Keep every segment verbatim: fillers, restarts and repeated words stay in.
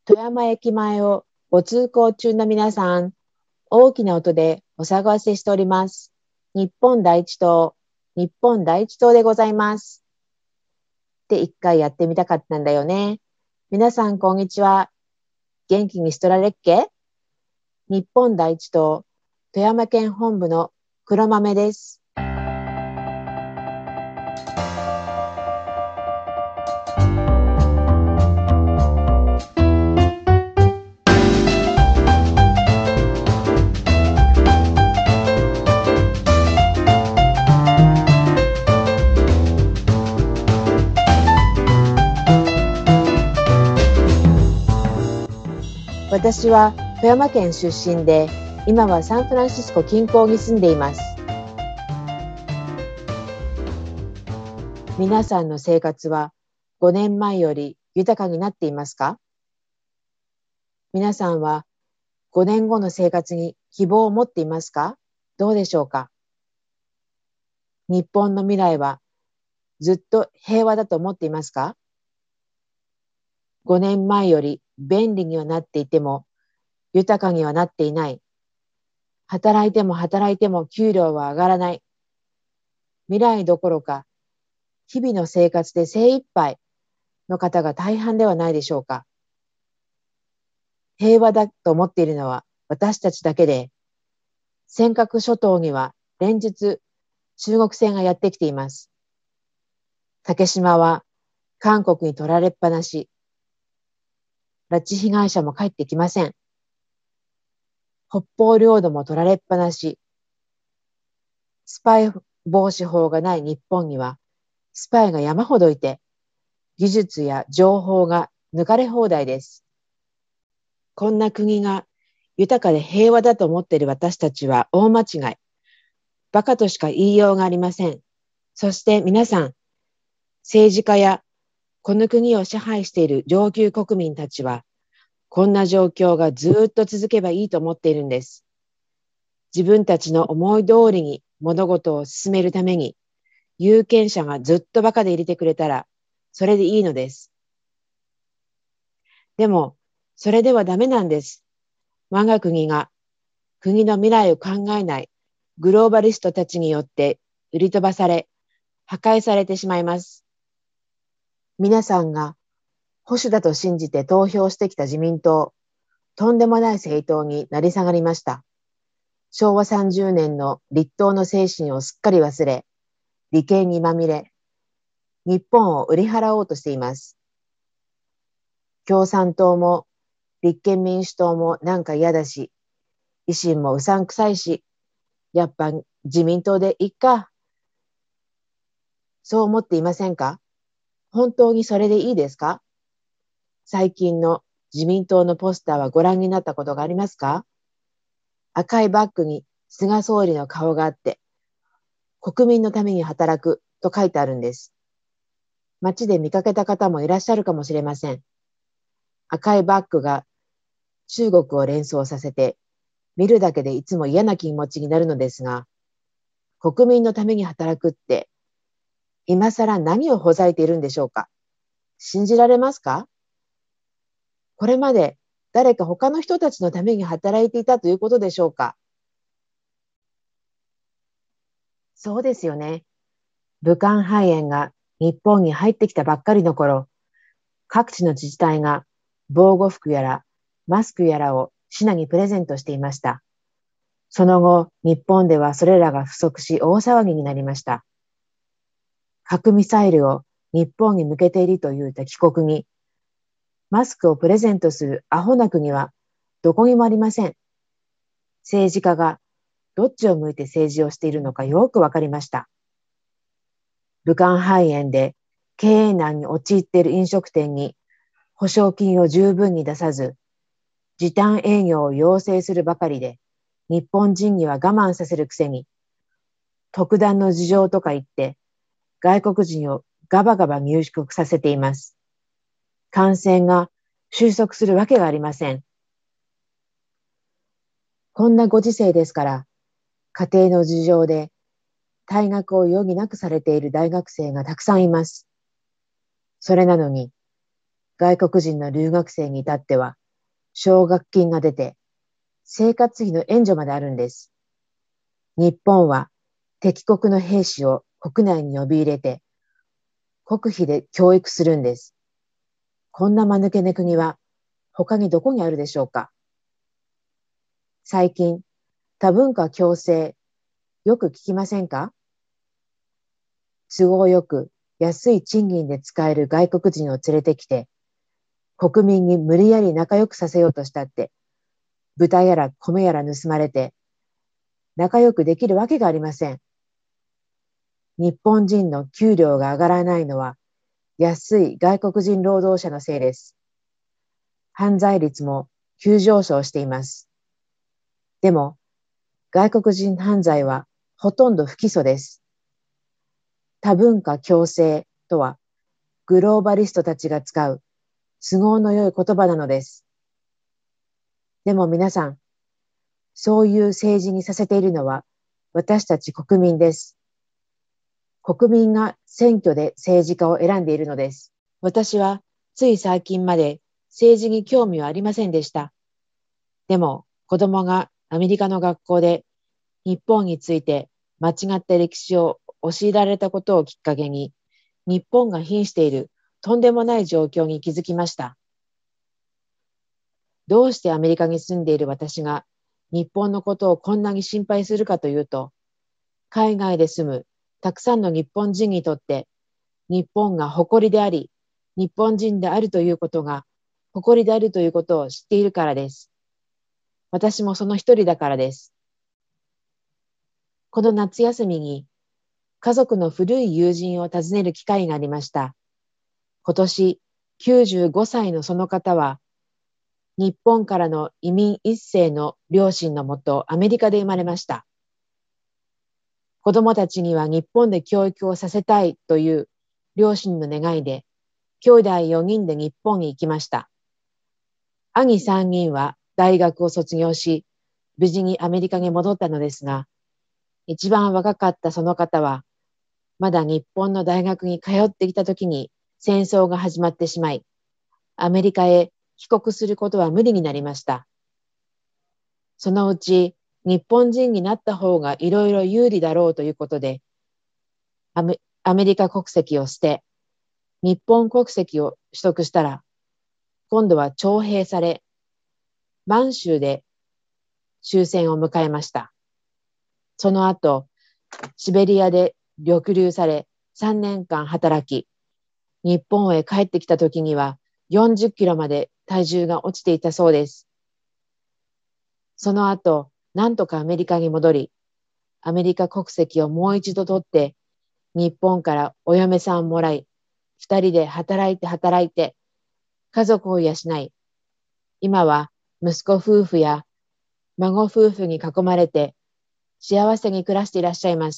富山駅前をご通行中の皆さん、大きな音でお騒がせしております。日本第一党、日本第一党でございます。って一回やってみたかったんだよね。皆さん、こんにちは。元気にしとられっけ？日本第一党、富山県本部の黒豆です。私は富山県出身で、今はサンフランシスコ近郊に住んでいます。皆さんの生活はごねんまえより豊かになっていますか？皆さんはごねんごの生活に希望を持っていますか？どうでしょうか？日本の未来はずっと平和だと思っていますか？ごねんまえより便利にはなっていても豊かにはなっていない。働いても働いても給料は上がらない。未来どころか日々の生活で精一杯の方が大半ではないでしょうか。平和だと思っているのは私たちだけで、尖閣諸島には連日中国船がやってきています。竹島は韓国に取られっぱなし。拉致被害者も帰ってきません。北方領土も取られっぱなし。スパイ防止法がない日本にはスパイが山ほどいて、技術や情報が抜かれ放題です。こんな国が豊かで平和だと思っている私たちは大間違い。バカとしか言いようがありません。そして皆さん、政治家やこの国を支配している上級国民たちは、こんな状況がずっと続けばいいと思っているんです。自分たちの思い通りに物事を進めるために、有権者がずっとバカで入れてくれたら、それでいいのです。でも、それではダメなんです。我が国が国の未来を考えないグローバリストたちによって売り飛ばされ、破壊されてしまいます。皆さんが保守だと信じて投票してきた自民党、とんでもない政党になり下がりました。しょうわさんじゅうねんの立党の精神をすっかり忘れ、利権にまみれ、日本を売り払おうとしています。共産党も立憲民主党もなんか嫌だし、維新もうさんくさいし、やっぱ自民党でいっか。そう思っていませんか？本当にそれでいいですか？最近の自民党のポスターはご覧になったことがありますか？赤いバッグに菅総理の顔があって、国民のために働くと書いてあるんです。街で見かけた方もいらっしゃるかもしれません。赤いバッグが中国を連想させて、見るだけでいつも嫌な気持ちになるのですが、国民のために働くって、今更何をほざいているんでしょうか？信じられますか？これまで誰か他の人たちのために働いていたということでしょうか？そうですよね。武漢肺炎が日本に入ってきたばっかりの頃、各地の自治体が防護服やらマスクやらを市内にプレゼントしていました。その後、日本ではそれらが不足し大騒ぎになりました。核ミサイルを日本に向けているという敵国に、マスクをプレゼントするアホな国はどこにもありません。政治家がどっちを向いて政治をしているのかよくわかりました。武漢肺炎で経営難に陥っている飲食店に保証金を十分に出さず、時短営業を要請するばかりで、日本人には我慢させるくせに、特段の事情とか言って外国人をガバガバ入国させています。感染が収束するわけがありません。こんなご時世ですから、家庭の事情で退学を余儀なくされている大学生がたくさんいます。それなのに、 外国人の留学生に至っては、奨学金が出て、生活費の援助まであるんです。日本は敵国の兵士を国内に呼び入れて、国費で教育するんです。こんな間抜けな国は他にどこにあるでしょうか。最近、多文化共生、よく聞きませんか？都合よく安い賃金で使える外国人を連れてきて、国民に無理やり仲良くさせようとしたって、豚やら米やら盗まれて、仲良くできるわけがありません。日本人の給料が上がらないのは、安い外国人労働者のせいです。犯罪率も急上昇しています。でも、外国人犯罪はほとんど不起訴です。多文化共生とは、グローバリストたちが使う都合の良い言葉なのです。でも皆さん、そういう政治にさせているのは私たち国民です。国民が選挙で政治家を選んでいるのです。私はつい最近まで政治に興味はありませんでした。でも子供がアメリカの学校で日本について間違った歴史を教えられたことをきっかけに、日本が瀕しているとんでもない状況に気づきました。どうしてアメリカに住んでいる私が日本のことをこんなに心配するかというと、海外で住むたくさんの日本人にとって日本が誇りであり、日本人であるということが誇りであるということを知っているからです。私もその一人だからです。この夏休みに家族の古い友人を訪ねる機会がありました。今年きゅうじゅうごさいのその方は、日本からの移民一世の両親のもとアメリカで生まれました。子供たちには日本で教育をさせたいという両親の願いで、兄弟よにんで日本に行きました。兄さんにんは大学を卒業し、無事にアメリカに戻ったのですが、一番若かったその方は、まだ日本の大学に通ってきた時に戦争が始まってしまい、アメリカへ帰国することは無理になりました。そのうち日本人になった方がいろいろ有利だろうということで、アメ、アメリカ国籍を捨て、日本国籍を取得したら、今度は徴兵され、満州で終戦を迎えました。その後、シベリアで抑留され、さんねんかん働き、日本へ帰ってきた時にはよんじゅっキロまで体重が落ちていたそうです。その後、なんとかアメリカに戻り、アメリカ国籍をもう一度取って、日本からお嫁さんをもらい、二人で働いて働いて、家族を養い、今は息子夫婦や孫夫婦に囲まれて、幸せに暮らしていらっしゃいます。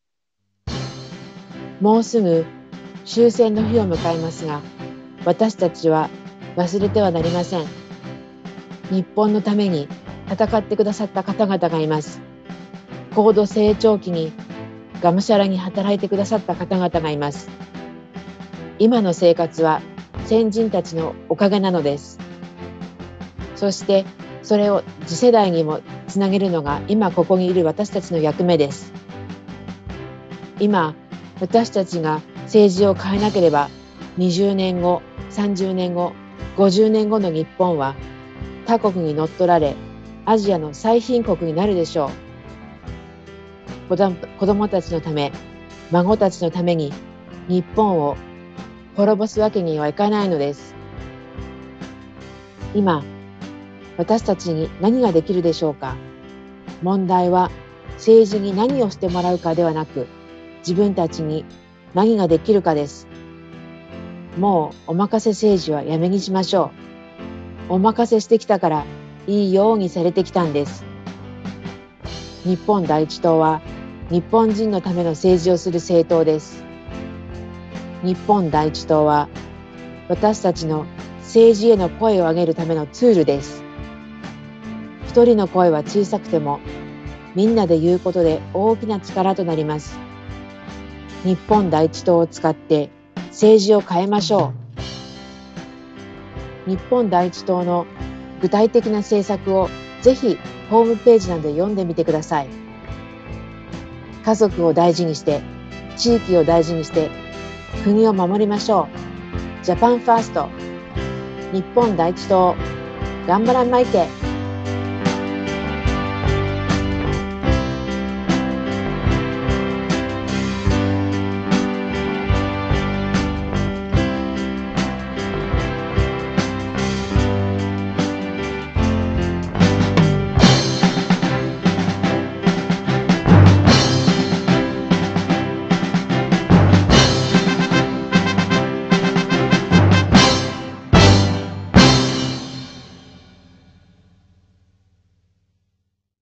もうすぐ終戦の日を迎えますが、私たちは忘れてはなりません。日本のために戦ってくださった方々がいます。高度成長期にがむしゃらに働いてくださった方々がいます。今の生活は先人たちのおかげなのです。そしてそれを次世代にもつなげるのが今ここにいる私たちの役目です。今、私たちが政治を変えなければ、にじゅうねんご、さんじゅうねんご、ごじゅうねんごの日本は他国に乗っ取られ、アジアの最貧国になるでしょう。子ど子供たちのため、孫たちのために日本を滅ぼすわけにはいかないのです。今、私たちに何ができるでしょうか。問題は政治に何をしてもらうかではなく、自分たちに何ができるかです。もうお任せ政治はやめにしましょう。お任せしてきたからいいようにされてきたんです。日本第一党は日本人のための政治をする政党です。日本第一党は私たちの政治への声を上げるためのツールです。一人の声は小さくても、みんなで言うことで大きな力となります。日本第一党を使って政治を変えましょ日本第一党の具体的な政策をぜひホームページなどで読んでみてください。家族を大事にして、地域を大事にして、国を守りましょう。ジャパンファースト、日本第一党、頑張らんまいて。